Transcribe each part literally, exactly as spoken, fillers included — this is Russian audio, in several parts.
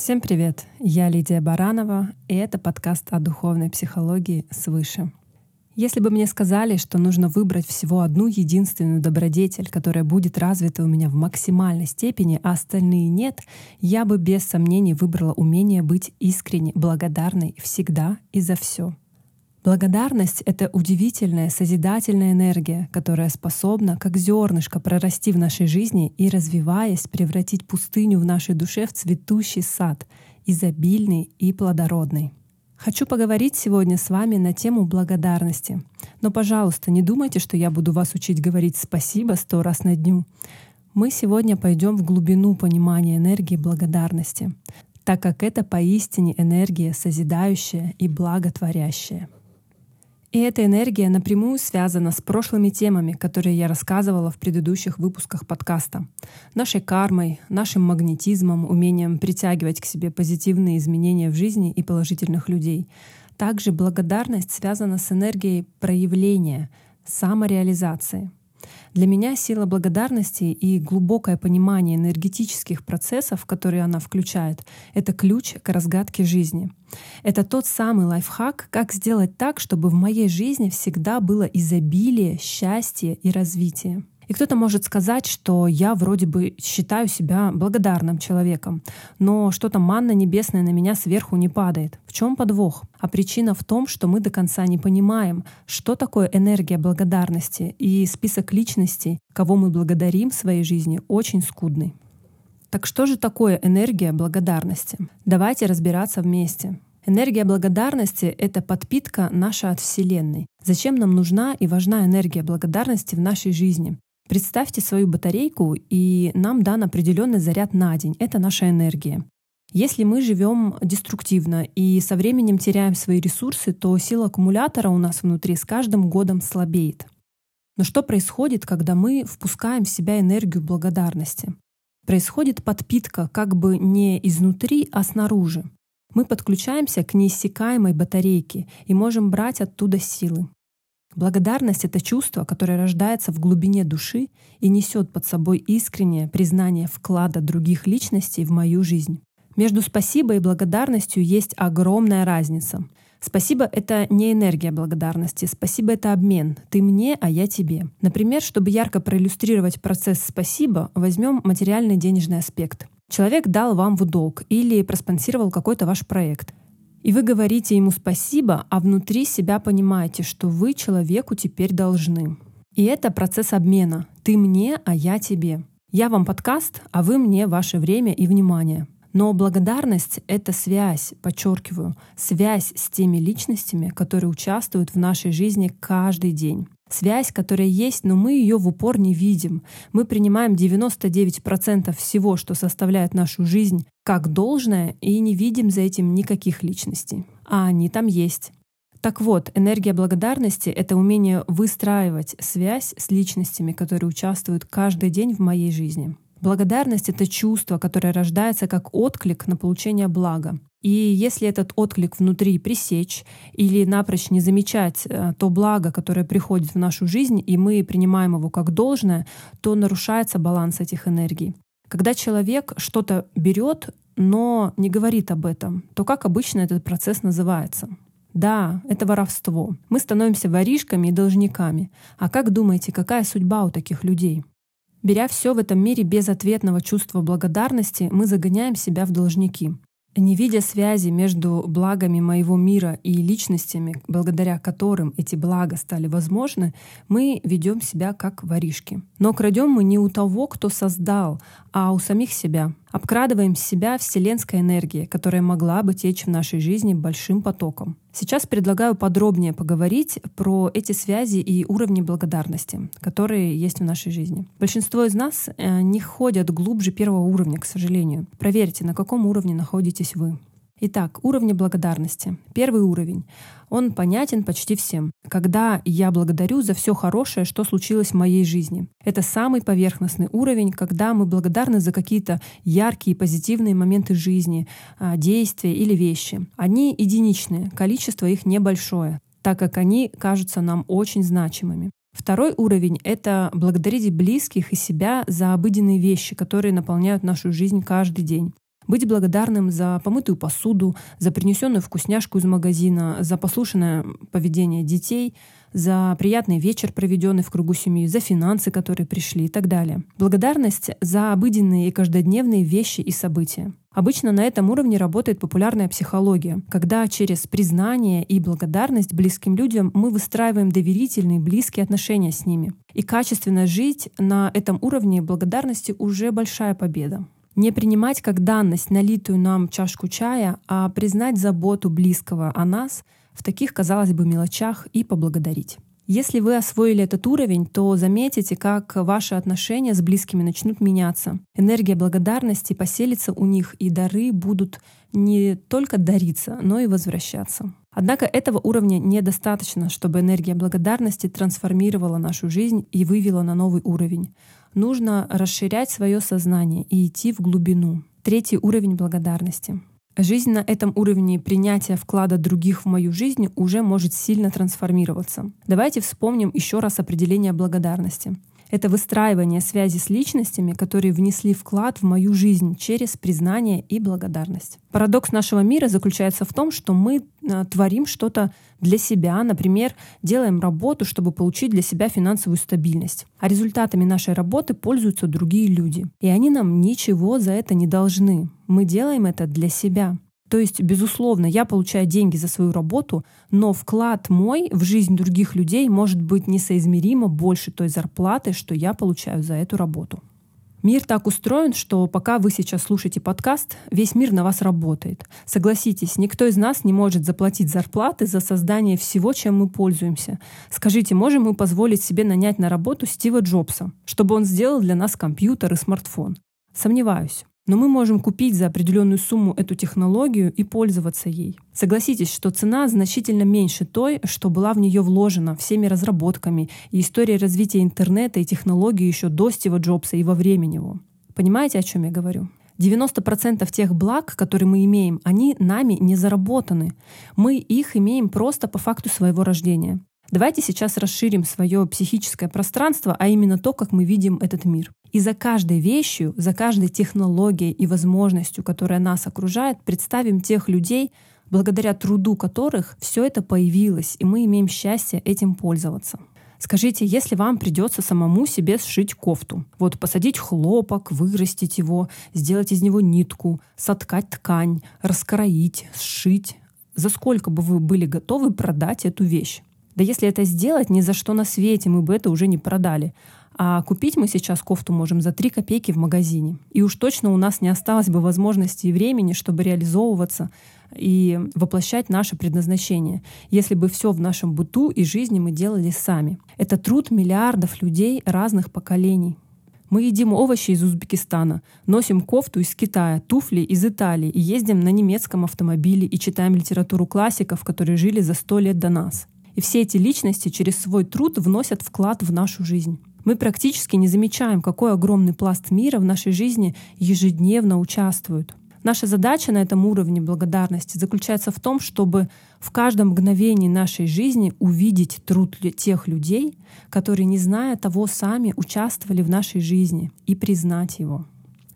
Всем привет! Я Лидия Баранова, и это подкаст о духовной психологии «Свыше». Если бы мне сказали, что нужно выбрать всего одну единственную добродетель, которая будет развита у меня в максимальной степени, а остальные нет, я бы без сомнений выбрала умение быть искренне благодарной всегда и за все. Благодарность — это удивительная созидательная энергия, которая способна, как зернышко, прорасти в нашей жизни и, развиваясь, превратить пустыню в нашей душе в цветущий сад, изобильный и плодородный. Хочу поговорить сегодня с вами на тему благодарности. Но, пожалуйста, не думайте, что я буду вас учить говорить «спасибо» сто раз на дню. Мы сегодня пойдем в глубину понимания энергии благодарности, так как это поистине энергия созидающая и благотворящая. И эта энергия напрямую связана с прошлыми темами, которые я рассказывала в предыдущих выпусках подкаста. Нашей кармой, нашим магнетизмом, умением притягивать к себе позитивные изменения в жизни и положительных людей. Также благодарность связана с энергией проявления, самореализации. Для меня сила благодарности и глубокое понимание энергетических процессов, которые она включает, это ключ к разгадке жизни. Это тот самый лайфхак, как сделать так, чтобы в моей жизни всегда было изобилие, счастье и развитие. И кто-то может сказать, что я вроде бы считаю себя благодарным человеком, но что-то манна небесная на меня сверху не падает. В чем подвох? А причина в том, что мы до конца не понимаем, что такое энергия благодарности, и список личностей, кого мы благодарим в своей жизни, очень скудный. Так что же такое энергия благодарности? Давайте разбираться вместе. Энергия благодарности — это подпитка наша от Вселенной. Зачем нам нужна и важна энергия благодарности в нашей жизни? Представьте свою батарейку, и нам дан определенный заряд на день. Это наша энергия. Если мы живем деструктивно и со временем теряем свои ресурсы, то сила аккумулятора у нас внутри с каждым годом слабеет. Но что происходит, когда мы впускаем в себя энергию благодарности? Происходит подпитка как бы не изнутри, а снаружи. Мы подключаемся к неиссякаемой батарейке и можем брать оттуда силы. Благодарность — это чувство, которое рождается в глубине души и несет под собой искреннее признание вклада других личностей в мою жизнь. Между спасибо и благодарностью есть огромная разница. Спасибо — это не энергия благодарности. Спасибо — это обмен. Ты мне, а я тебе. Например, чтобы ярко проиллюстрировать процесс спасибо, возьмем материальный денежный аспект. Человек дал вам в долг или проспонсировал какой-то ваш проект. И вы говорите ему спасибо, а внутри себя понимаете, что вы человеку теперь должны. И это процесс обмена. Ты мне, а я тебе. Я вам подкаст, а вы мне ваше время и внимание. Но благодарность — это связь, подчеркиваю, связь с теми личностями, которые участвуют в нашей жизни каждый день. Связь, которая есть, но мы ее в упор не видим. Мы принимаем девяносто девять процентов всего, что составляет нашу жизнь, как должное, и не видим за этим никаких личностей. А они там есть. Так вот, энергия благодарности — это умение выстраивать связь с личностями, которые участвуют каждый день в моей жизни. Благодарность — это чувство, которое рождается как отклик на получение блага. И если этот отклик внутри пресечь или напрочь не замечать то благо, которое приходит в нашу жизнь, и мы принимаем его как должное, то нарушается баланс этих энергий. Когда человек что-то берет, но не говорит об этом, то как обычно этот процесс называется? Да, это воровство. Мы становимся воришками и должниками. А как думаете, какая судьба у таких людей? Беря все в этом мире без ответного чувства благодарности, мы загоняем себя в должники. Не видя связи между благами моего мира и личностями, благодаря которым эти блага стали возможны, мы ведем себя как воришки. Но крадем мы не у того, кто создал, а у самих себя. Обкрадываем себя вселенской энергией, которая могла бы течь в нашей жизни большим потоком. Сейчас предлагаю подробнее поговорить про эти связи и уровни благодарности, которые есть в нашей жизни. Большинство из нас не ходят глубже первого уровня, к сожалению. Проверьте, на каком уровне находитесь вы. Итак, уровни благодарности. Первый уровень. Он понятен почти всем. Когда я благодарю за все хорошее, что случилось в моей жизни. Это самый поверхностный уровень, когда мы благодарны за какие-то яркие позитивные моменты жизни, действия или вещи. Они единичные, количество их небольшое, так как они кажутся нам очень значимыми. Второй уровень — это благодарить близких и себя за обыденные вещи, которые наполняют нашу жизнь каждый день. Быть благодарным за помытую посуду, за принесенную вкусняшку из магазина, за послушное поведение детей, за приятный вечер, проведенный в кругу семьи, за финансы, которые пришли и так далее. Благодарность за обыденные и каждодневные вещи и события. Обычно на этом уровне работает популярная психология, когда через признание и благодарность близким людям мы выстраиваем доверительные, близкие отношения с ними. И качественно жить на этом уровне благодарности уже большая победа. Не принимать как данность налитую нам чашку чая, а признать заботу близкого о нас в таких, казалось бы, мелочах и поблагодарить. Если вы освоили этот уровень, то заметите, как ваши отношения с близкими начнут меняться. Энергия благодарности поселится у них, и дары будут не только дариться, но и возвращаться. Однако этого уровня недостаточно, чтобы энергия благодарности трансформировала нашу жизнь и вывела на новый уровень. Нужно расширять свое сознание и идти в глубину. Третий уровень благодарности. Жизнь на этом уровне принятия вклада других в мою жизнь уже может сильно трансформироваться. Давайте вспомним еще раз определение благодарности. Это выстраивание связи с личностями, которые внесли вклад в мою жизнь через признание и благодарность. Парадокс нашего мира заключается в том, что мы творим что-то для себя, например, делаем работу, чтобы получить для себя финансовую стабильность. А результатами нашей работы пользуются другие люди. И они нам ничего за это не должны. Мы делаем это для себя. То есть, безусловно, я получаю деньги за свою работу, но вклад мой в жизнь других людей может быть несоизмеримо больше той зарплаты, что я получаю за эту работу. Мир так устроен, что пока вы сейчас слушаете подкаст, весь мир на вас работает. Согласитесь, никто из нас не может заплатить зарплаты за создание всего, чем мы пользуемся. Скажите, можем мы позволить себе нанять на работу Стива Джобса, чтобы он сделал для нас компьютер и смартфон? Сомневаюсь. Но мы можем купить за определенную сумму эту технологию и пользоваться ей. Согласитесь, что цена значительно меньше той, что была в нее вложена всеми разработками и историей развития интернета и технологий еще до Стива Джобса и во время него. Понимаете, о чем я говорю? девяносто процентов тех благ, которые мы имеем, они нами не заработаны. Мы их имеем просто по факту своего рождения. Давайте сейчас расширим свое психическое пространство, а именно то, как мы видим этот мир. И за каждой вещью, за каждой технологией и возможностью, которая нас окружает, представим тех людей, благодаря труду которых все это появилось, и мы имеем счастье этим пользоваться. Скажите, если вам придется самому себе сшить кофту, вот посадить хлопок, вырастить его, сделать из него нитку, соткать ткань, раскроить, сшить, за сколько бы вы были готовы продать эту вещь? Да если это сделать, ни за что на свете мы бы это уже не продали. А купить мы сейчас кофту можем за три копейки в магазине. И уж точно у нас не осталось бы возможности и времени, чтобы реализовываться и воплощать наше предназначение, если бы все в нашем быту и жизни мы делали сами. Это труд миллиардов людей разных поколений. Мы едим овощи из Узбекистана, носим кофту из Китая, туфли из Италии и ездим на немецком автомобиле и читаем литературу классиков, которые жили за сто лет до нас. И все эти личности через свой труд вносят вклад в нашу жизнь. Мы практически не замечаем, какой огромный пласт мира в нашей жизни ежедневно участвует. Наша задача на этом уровне благодарности заключается в том, чтобы в каждом мгновении нашей жизни увидеть труд тех людей, которые, не зная того, сами участвовали в нашей жизни, и признать его.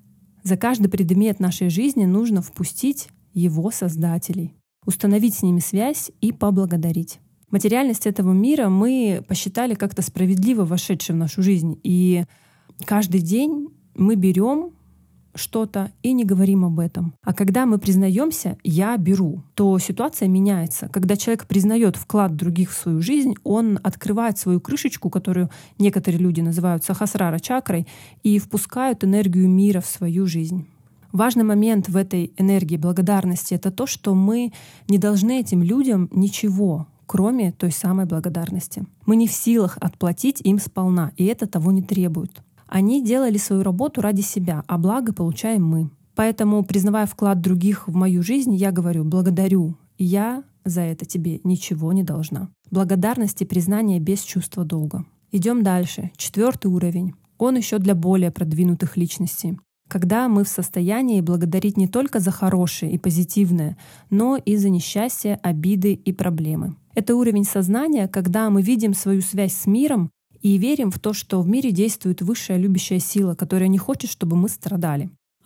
За каждый предмет нашей жизни нужно впустить его создателей, установить с ними связь и поблагодарить. Материальность этого мира мы посчитали как-то справедливо вошедшей в нашу жизнь. И каждый день мы берем что-то и не говорим об этом. А когда мы признаемся «я беру», то ситуация меняется. Когда человек признает вклад других в свою жизнь, он открывает свою крышечку, которую некоторые люди называют сахасрара чакрой, и впускают энергию мира в свою жизнь. Важный момент в этой энергии благодарности — это то, что мы не должны этим людям ничего, кроме той самой благодарности. Мы не в силах отплатить им сполна, и это того не требует. Они делали свою работу ради себя, а благо получаем мы. Поэтому, признавая вклад других в мою жизнь, я говорю «благодарю», и я за это тебе ничего не должна. Благодарность и признание без чувства долга. Идем дальше. Четвертый уровень. Он еще для более продвинутых личностей. Когда мы в состоянии благодарить не только за хорошее и позитивное, но и за несчастье, обиды и проблемы. Это уровень сознания, когда мы видим свою связь с миром и верим в то, что в мире действует высшая любящая сила, которая не хочет, чтобы мы страдали.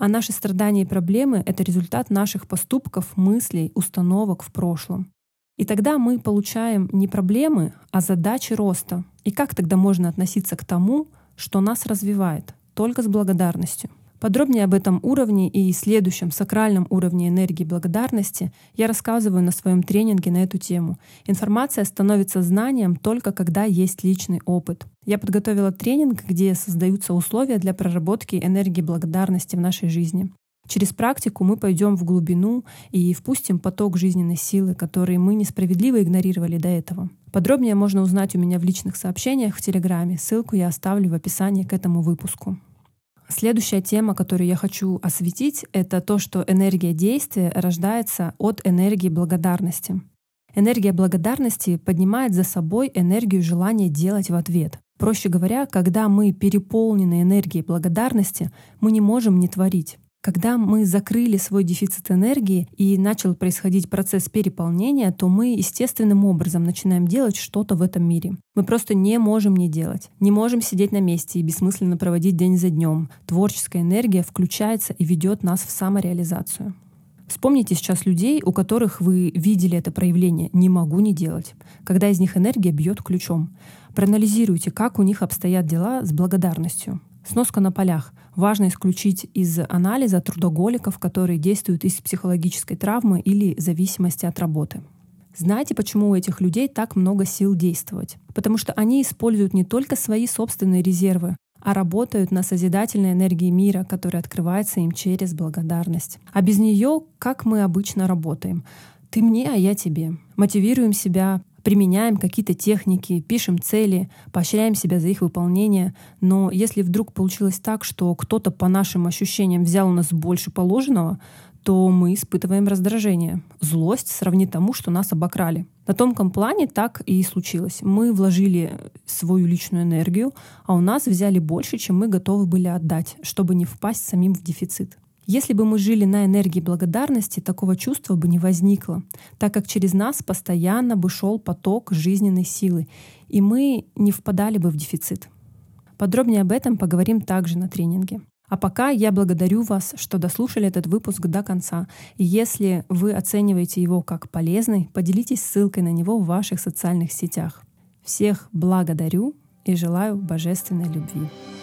А наши страдания и проблемы — это результат наших поступков, мыслей, установок в прошлом. И тогда мы получаем не проблемы, а задачи роста. И как тогда можно относиться к тому, что нас развивает? Только с благодарностью. Подробнее об этом уровне и следующем сакральном уровне энергии благодарности я рассказываю на своем тренинге на эту тему. Информация становится знанием только когда есть личный опыт. Я подготовила тренинг, где создаются условия для проработки энергии благодарности в нашей жизни. Через практику мы пойдем в глубину и впустим поток жизненной силы, который мы несправедливо игнорировали до этого. Подробнее можно узнать у меня в личных сообщениях в Телеграме. Ссылку я оставлю в описании к этому выпуску. Следующая тема, которую я хочу осветить, это то, что энергия действия рождается от энергии благодарности. Энергия благодарности поднимает за собой энергию желания делать в ответ. Проще говоря, когда мы переполнены энергией благодарности, мы не можем не творить. Когда мы закрыли свой дефицит энергии и начал происходить процесс переполнения, то мы естественным образом начинаем делать что-то в этом мире. Мы просто не можем не делать. Не можем сидеть на месте и бессмысленно проводить день за днем. Творческая энергия включается и ведет нас в самореализацию. Вспомните сейчас людей, у которых вы видели это проявление «не могу не делать», когда из них энергия бьет ключом. Проанализируйте, как у них обстоят дела с благодарностью. Сноска на полях. Важно исключить из анализа трудоголиков, которые действуют из психологической травмы или зависимости от работы. Знаете, почему у этих людей так много сил действовать? Потому что они используют не только свои собственные резервы, а работают на созидательной энергии мира, которая открывается им через благодарность. А без нее, как мы обычно работаем? Ты мне, а я тебе. Мотивируем себя, применяем какие-то техники, пишем цели, поощряем себя за их выполнение. Но если вдруг получилось так, что кто-то по нашим ощущениям взял у нас больше положенного, то мы испытываем раздражение, злость сравни тому, что нас обокрали. На тонком плане так и случилось. Мы вложили свою личную энергию, а у нас взяли больше, чем мы готовы были отдать, чтобы не впасть самим в дефицит. Если бы мы жили на энергии благодарности, такого чувства бы не возникло, так как через нас постоянно бы шел поток жизненной силы, и мы не впадали бы в дефицит. Подробнее об этом поговорим также на тренинге. А пока я благодарю вас, что дослушали этот выпуск до конца. И если вы оцениваете его как полезный, поделитесь ссылкой на него в ваших социальных сетях. Всех благодарю и желаю божественной любви.